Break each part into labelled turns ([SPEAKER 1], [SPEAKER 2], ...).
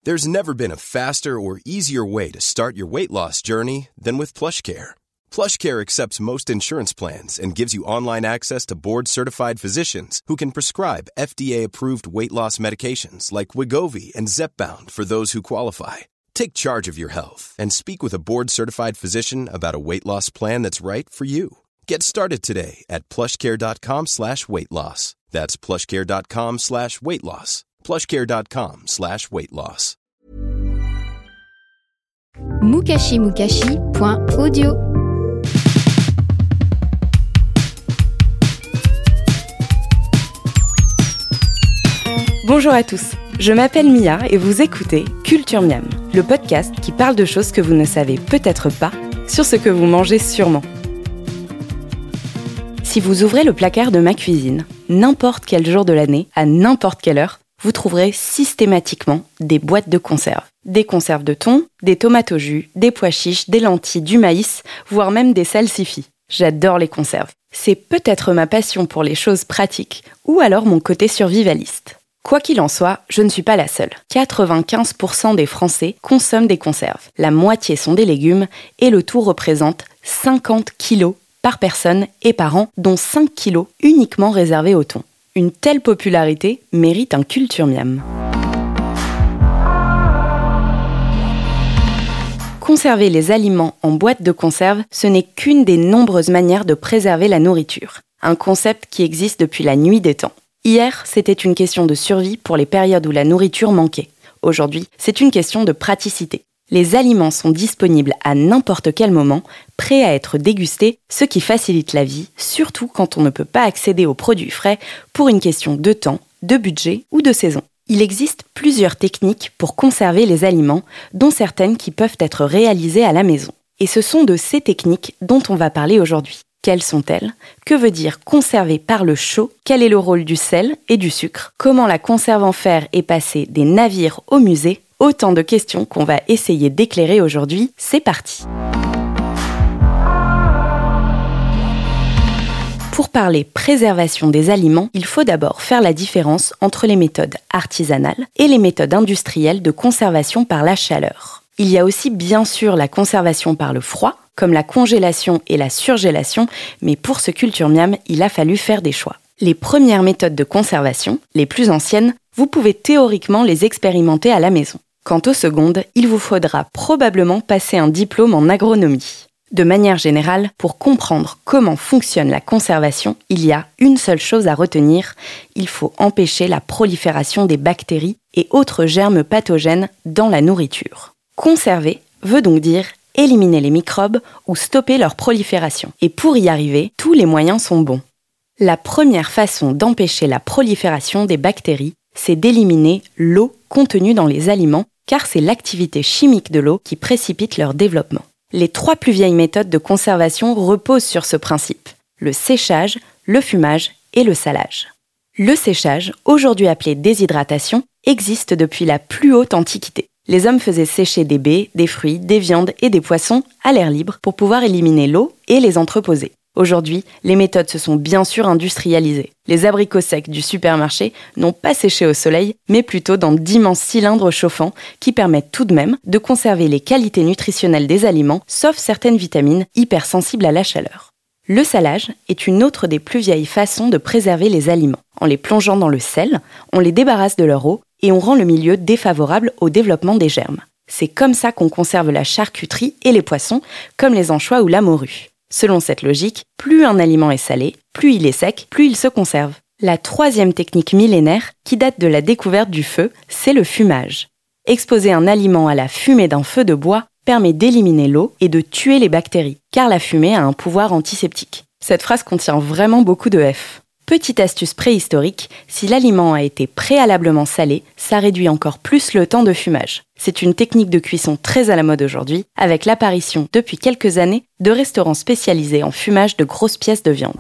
[SPEAKER 1] There's never been a faster or easier way to start your weight loss journey than with PlushCare. PlushCare accepts most insurance plans and gives you online access to board-certified physicians who can prescribe FDA-approved weight loss medications like Wegovy and Zepbound for those who qualify. Take charge of your health and speak with a board-certified physician about a weight loss plan that's right for you. Get started today at plushcare.com/weightloss. That's plushcare.com/weightloss. plushcare.com/weightloss.
[SPEAKER 2] Mukashi.audio.
[SPEAKER 3] Bonjour à tous, je m'appelle Mia et vous écoutez Culture Miam, le podcast qui parle de choses que vous ne savez peut-être pas sur ce que vous mangez sûrement. Si vous ouvrez le placard de ma cuisine, n'importe quel jour de l'année, à n'importe quelle heure, vous trouverez systématiquement des boîtes de conserve. Des conserves de thon, des tomates au jus, des pois chiches, des lentilles, du maïs, voire même des salsifis. J'adore les conserves. C'est peut-être ma passion pour les choses pratiques, ou alors mon côté survivaliste. Quoi qu'il en soit, je ne suis pas la seule. 95% des Français consomment des conserves. La moitié sont des légumes et le tout représente 50 kilos par personne et par an, dont 5 kilos uniquement réservés au thon. Une telle popularité mérite un Culture Miam. Conserver les aliments en boîte de conserve, ce n'est qu'une des nombreuses manières de préserver la nourriture. Un concept qui existe depuis la nuit des temps. Hier, c'était une question de survie pour les périodes où la nourriture manquait. Aujourd'hui, c'est une question de praticité. Les aliments sont disponibles à n'importe quel moment, prêts à être dégustés, ce qui facilite la vie, surtout quand on ne peut pas accéder aux produits frais pour une question de temps, de budget ou de saison. Il existe plusieurs techniques pour conserver les aliments, dont certaines qui peuvent être réalisées à la maison. Et ce sont de ces techniques dont on va parler aujourd'hui. Quelles sont-elles ? Que veut dire conserver par le chaud ? Quel est le rôle du sel et du sucre ? Comment la conserve en fer est passée des navires au musée ? Autant de questions qu'on va essayer d'éclairer aujourd'hui. C'est parti ! Pour parler préservation des aliments, il faut d'abord faire la différence entre les méthodes artisanales et les méthodes industrielles de conservation par la chaleur. Il y a aussi bien sûr la conservation par le froid, comme la congélation et la surgélation, mais pour ce Culture Miam, il a fallu faire des choix. Les premières méthodes de conservation, les plus anciennes, vous pouvez théoriquement les expérimenter à la maison. Quant aux secondes, il vous faudra probablement passer un diplôme en agronomie. De manière générale, pour comprendre comment fonctionne la conservation, il y a une seule chose à retenir, il faut empêcher la prolifération des bactéries et autres germes pathogènes dans la nourriture. Conserver veut donc dire éliminer les microbes ou stopper leur prolifération. Et pour y arriver, tous les moyens sont bons. La première façon d'empêcher la prolifération des bactéries, c'est d'éliminer l'eau contenue dans les aliments, car c'est l'activité chimique de l'eau qui précipite leur développement. Les 3 plus vieilles méthodes de conservation reposent sur ce principe, le séchage, le fumage et le salage. Le séchage, aujourd'hui appelé déshydratation, existe depuis la plus haute antiquité. Les hommes faisaient sécher des baies, des fruits, des viandes et des poissons à l'air libre pour pouvoir éliminer l'eau et les entreposer. Aujourd'hui, les méthodes se sont bien sûr industrialisées. Les abricots secs du supermarché n'ont pas séché au soleil, mais plutôt dans d'immenses cylindres chauffants qui permettent tout de même de conserver les qualités nutritionnelles des aliments, sauf certaines vitamines hypersensibles à la chaleur. Le salage est une autre des plus vieilles façons de préserver les aliments. En les plongeant dans le sel, on les débarrasse de leur eau et on rend le milieu défavorable au développement des germes. C'est comme ça qu'on conserve la charcuterie et les poissons, comme les anchois ou la morue. Selon cette logique, plus un aliment est salé, plus il est sec, plus il se conserve. La 3e technique millénaire, qui date de la découverte du feu, c'est le fumage. Exposer un aliment à la fumée d'un feu de bois permet d'éliminer l'eau et de tuer les bactéries, car la fumée a un pouvoir antiseptique. Cette phrase contient vraiment beaucoup de F. Petite astuce préhistorique, si l'aliment a été préalablement salé, ça réduit encore plus le temps de fumage. C'est une technique de cuisson très à la mode aujourd'hui, avec l'apparition depuis quelques années de restaurants spécialisés en fumage de grosses pièces de viande.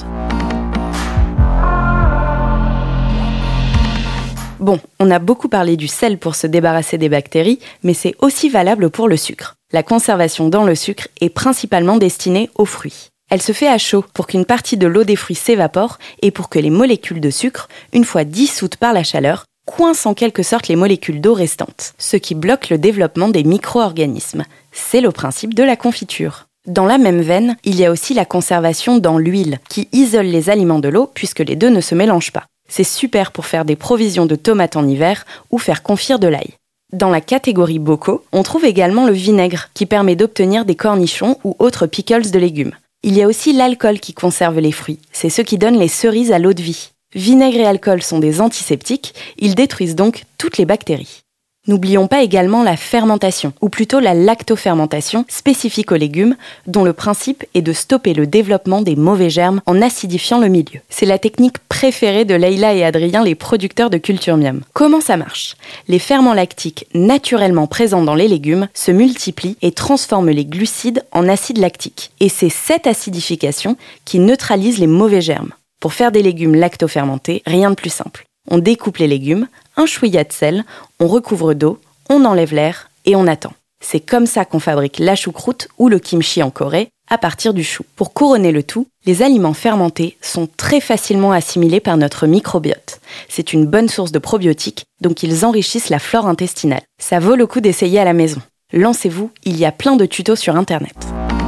[SPEAKER 3] Bon, on a beaucoup parlé du sel pour se débarrasser des bactéries, mais c'est aussi valable pour le sucre. La conservation dans le sucre est principalement destinée aux fruits. Elle se fait à chaud pour qu'une partie de l'eau des fruits s'évapore et pour que les molécules de sucre, une fois dissoutes par la chaleur, coince en quelque sorte les molécules d'eau restantes, ce qui bloque le développement des micro-organismes. C'est le principe de la confiture. Dans la même veine, il y a aussi la conservation dans l'huile, qui isole les aliments de l'eau puisque les deux ne se mélangent pas. C'est super pour faire des provisions de tomates en hiver ou faire confire de l'ail. Dans la catégorie bocaux, on trouve également le vinaigre, qui permet d'obtenir des cornichons ou autres pickles de légumes. Il y a aussi l'alcool qui conserve les fruits, c'est ce qui donne les cerises à l'eau de vie. Vinaigre et alcool sont des antiseptiques, ils détruisent donc toutes les bactéries. N'oublions pas également la fermentation, ou plutôt la lactofermentation spécifique aux légumes, dont le principe est de stopper le développement des mauvais germes en acidifiant le milieu. C'est la technique préférée de Leïla et Adrien, les producteurs de Culture Miam. Comment ça marche ? Les ferments lactiques naturellement présents dans les légumes se multiplient et transforment les glucides en acide lactique. Et c'est cette acidification qui neutralise les mauvais germes. Pour faire des légumes lactofermentés, rien de plus simple. On découpe les légumes, un chouïa de sel, on recouvre d'eau, on enlève l'air et on attend. C'est comme ça qu'on fabrique la choucroute ou le kimchi en Corée, à partir du chou. Pour couronner le tout, les aliments fermentés sont très facilement assimilés par notre microbiote. C'est une bonne source de probiotiques, donc ils enrichissent la flore intestinale. Ça vaut le coup d'essayer à la maison. Lancez-vous, il y a plein de tutos sur Internet.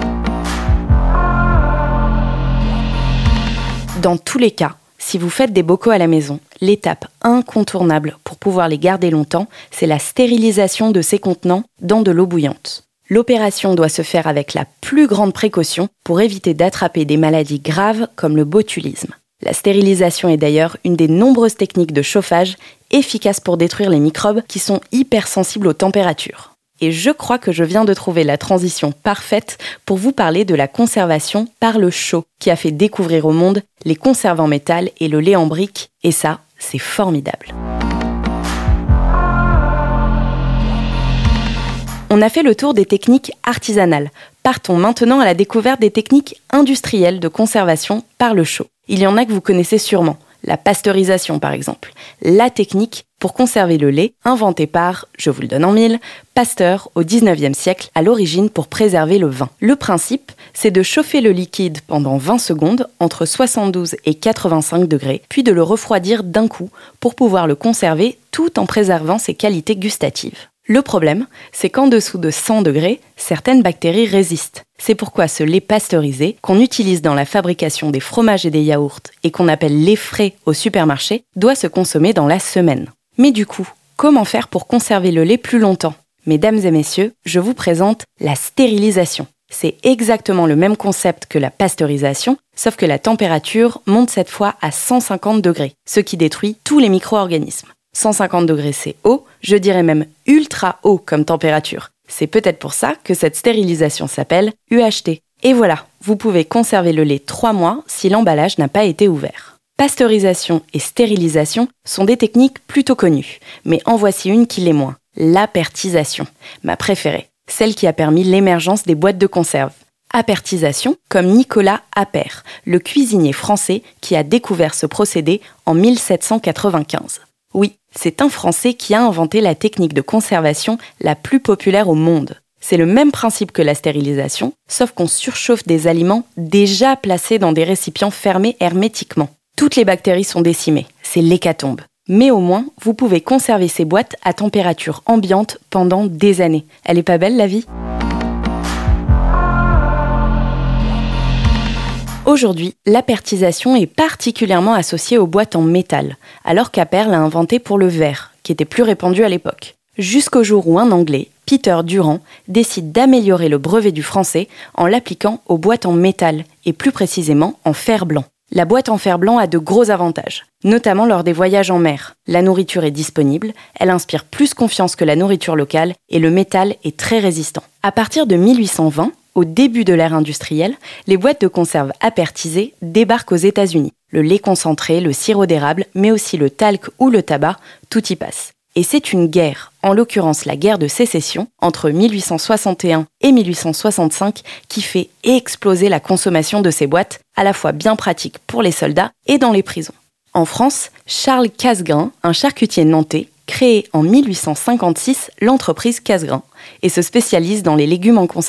[SPEAKER 3] Dans tous les cas, si vous faites des bocaux à la maison, l'étape incontournable pour pouvoir les garder longtemps, c'est la stérilisation de ces contenants dans de l'eau bouillante. L'opération doit se faire avec la plus grande précaution pour éviter d'attraper des maladies graves comme le botulisme. La stérilisation est d'ailleurs une des nombreuses techniques de chauffage efficaces pour détruire les microbes qui sont hypersensibles aux températures. Et je crois que je viens de trouver la transition parfaite pour vous parler de la conservation par le chaud, qui a fait découvrir au monde les conserves en métal et le lait en brique. Et ça, c'est formidable. On a fait le tour des techniques artisanales. Partons maintenant à la découverte des techniques industrielles de conservation par le chaud. Il y en a que vous connaissez sûrement. La pasteurisation par exemple, la technique pour conserver le lait inventée par, je vous le donne en mille, Pasteur au 19e siècle, à l'origine pour préserver le vin. Le principe, c'est de chauffer le liquide pendant 20 secondes entre 72 et 85 degrés, puis de le refroidir d'un coup pour pouvoir le conserver tout en préservant ses qualités gustatives. Le problème, c'est qu'en dessous de 100 degrés, certaines bactéries résistent. C'est pourquoi ce lait pasteurisé, qu'on utilise dans la fabrication des fromages et des yaourts et qu'on appelle lait frais au supermarché, doit se consommer dans la semaine. Mais du coup, comment faire pour conserver le lait plus longtemps ? Mesdames et messieurs, je vous présente la stérilisation. C'est exactement le même concept que la pasteurisation, sauf que la température monte cette fois à 150 degrés, ce qui détruit tous les micro-organismes. 150 degrés, c'est haut, je dirais même ultra haut comme température. C'est peut-être pour ça que cette stérilisation s'appelle UHT. Et voilà, vous pouvez conserver le lait 3 mois si l'emballage n'a pas été ouvert. Pasteurisation et stérilisation sont des techniques plutôt connues, mais en voici une qui l'est moins, l'apertisation, ma préférée, celle qui a permis l'émergence des boîtes de conserve. Apertisation, comme Nicolas Appert, le cuisinier français qui a découvert ce procédé en 1795. Oui, c'est un Français qui a inventé la technique de conservation la plus populaire au monde. C'est le même principe que la stérilisation, sauf qu'on surchauffe des aliments déjà placés dans des récipients fermés hermétiquement. Toutes les bactéries sont décimées, c'est l'hécatombe. Mais au moins, vous pouvez conserver ces boîtes à température ambiante pendant des années. Elle est pas belle la vie ? Aujourd'hui, l'apertisation est particulièrement associée aux boîtes en métal, alors qu'Appert l'a inventé pour le verre, qui était plus répandu à l'époque. Jusqu'au jour où un Anglais, Peter Durand, décide d'améliorer le brevet du français en l'appliquant aux boîtes en métal, et plus précisément en fer blanc. La boîte en fer blanc a de gros avantages, notamment lors des voyages en mer. La nourriture est disponible, elle inspire plus confiance que la nourriture locale, et le métal est très résistant. À partir de 1820, au début de l'ère industrielle, les boîtes de conserve apertisées débarquent aux États-Unis. Le lait concentré, le sirop d'érable, mais aussi le talc ou le tabac, tout y passe. Et c'est une guerre, en l'occurrence la guerre de sécession, entre 1861 et 1865, qui fait exploser la consommation de ces boîtes, à la fois bien pratiques pour les soldats et dans les prisons. En France, Charles Cassegrain, un charcutier nantais, crée en 1856 l'entreprise Cassegrain et se spécialise dans les légumes en conserve.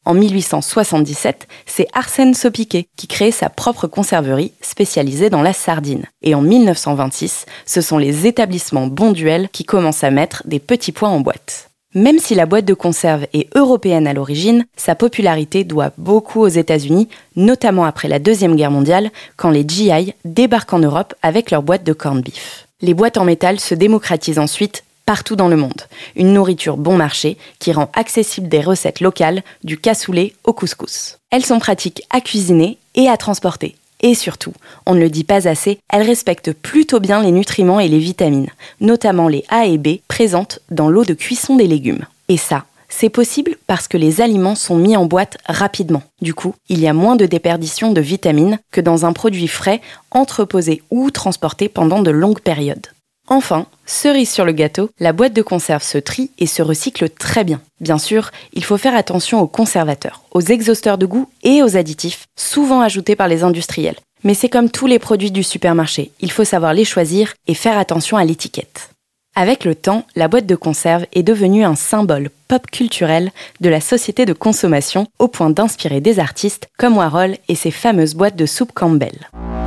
[SPEAKER 3] En 1877, c'est Arsène Sopiquet qui crée sa propre conserverie spécialisée dans la sardine. Et en 1926, ce sont les établissements Bonduelle qui commencent à mettre des petits pois en boîte. Même si la boîte de conserve est européenne à l'origine, sa popularité doit beaucoup aux États-Unis, notamment après la Deuxième Guerre mondiale, quand les GI débarquent en Europe avec leur boîte de corned beef. Les boîtes en métal se démocratisent ensuite partout dans le monde. Une nourriture bon marché qui rend accessible des recettes locales, du cassoulet au couscous. Elles sont pratiques à cuisiner et à transporter. Et surtout, on ne le dit pas assez, elles respectent plutôt bien les nutriments et les vitamines, notamment les A et B présentes dans l'eau de cuisson des légumes. Et ça, c'est possible parce que les aliments sont mis en boîte rapidement. Du coup, il y a moins de déperdition de vitamines que dans un produit frais, entreposé ou transporté pendant de longues périodes. Enfin, cerise sur le gâteau, la boîte de conserve se trie et se recycle très bien. Bien sûr, il faut faire attention aux conservateurs, aux exhausteurs de goût et aux additifs, souvent ajoutés par les industriels. Mais c'est comme tous les produits du supermarché, il faut savoir les choisir et faire attention à l'étiquette. Avec le temps, la boîte de conserve est devenue un symbole pop culturel de la société de consommation au point d'inspirer des artistes comme Warhol et ses fameuses boîtes de soupe Campbell.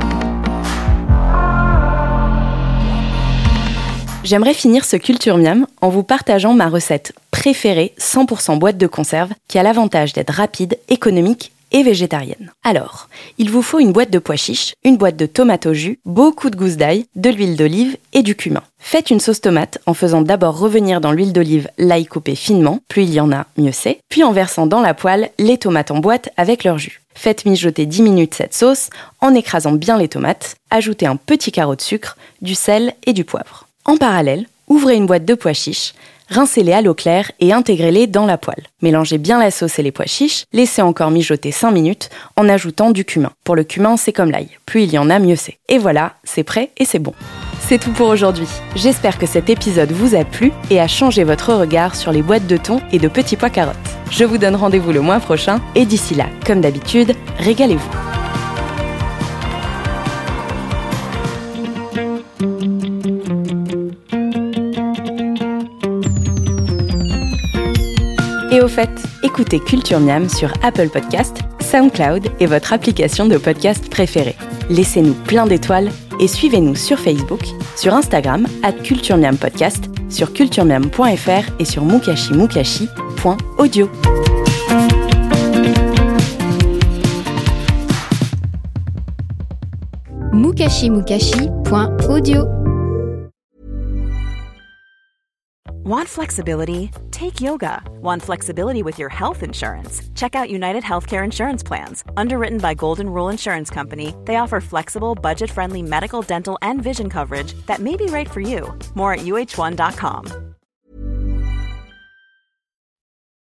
[SPEAKER 3] J'aimerais finir ce Culture Miam en vous partageant ma recette préférée 100% boîte de conserve qui a l'avantage d'être rapide, économique et végétarienne. Alors, il vous faut une boîte de pois chiches, une boîte de tomates au jus, beaucoup de gousses d'ail, de l'huile d'olive et du cumin. Faites une sauce tomate en faisant d'abord revenir dans l'huile d'olive l'ail coupé finement, plus il y en a, mieux c'est, puis en versant dans la poêle les tomates en boîte avec leur jus. Faites mijoter 10 minutes cette sauce en écrasant bien les tomates, ajoutez un petit carreau de sucre, du sel et du poivre. En parallèle, ouvrez une boîte de pois chiches, rincez-les à l'eau claire et intégrez-les dans la poêle. Mélangez bien la sauce et les pois chiches, laissez encore mijoter 5 minutes en ajoutant du cumin. Pour le cumin, c'est comme l'ail, plus il y en a, mieux c'est. Et voilà, c'est prêt et c'est bon. C'est tout pour aujourd'hui. J'espère que cet épisode vous a plu et a changé votre regard sur les boîtes de thon et de petits pois carottes. Je vous donne rendez-vous le mois prochain et d'ici là, comme d'habitude, régalez-vous. Et au fait, écoutez Culture Miam sur Apple Podcast, SoundCloud et votre application de podcast préférée. Laissez-nous plein d'étoiles et suivez-nous sur Facebook, sur Instagram @culturemiampodcast, sur culturemiam.fr et sur mukashi.audio.
[SPEAKER 2] mukashi.audio.
[SPEAKER 4] Want flexibility? Take yoga. Want flexibility with your health insurance? Check out United Healthcare Insurance Plans. Underwritten by Golden Rule Insurance Company, they offer flexible, budget-friendly medical, dental, and vision coverage that may be right for you. More at uh1.com.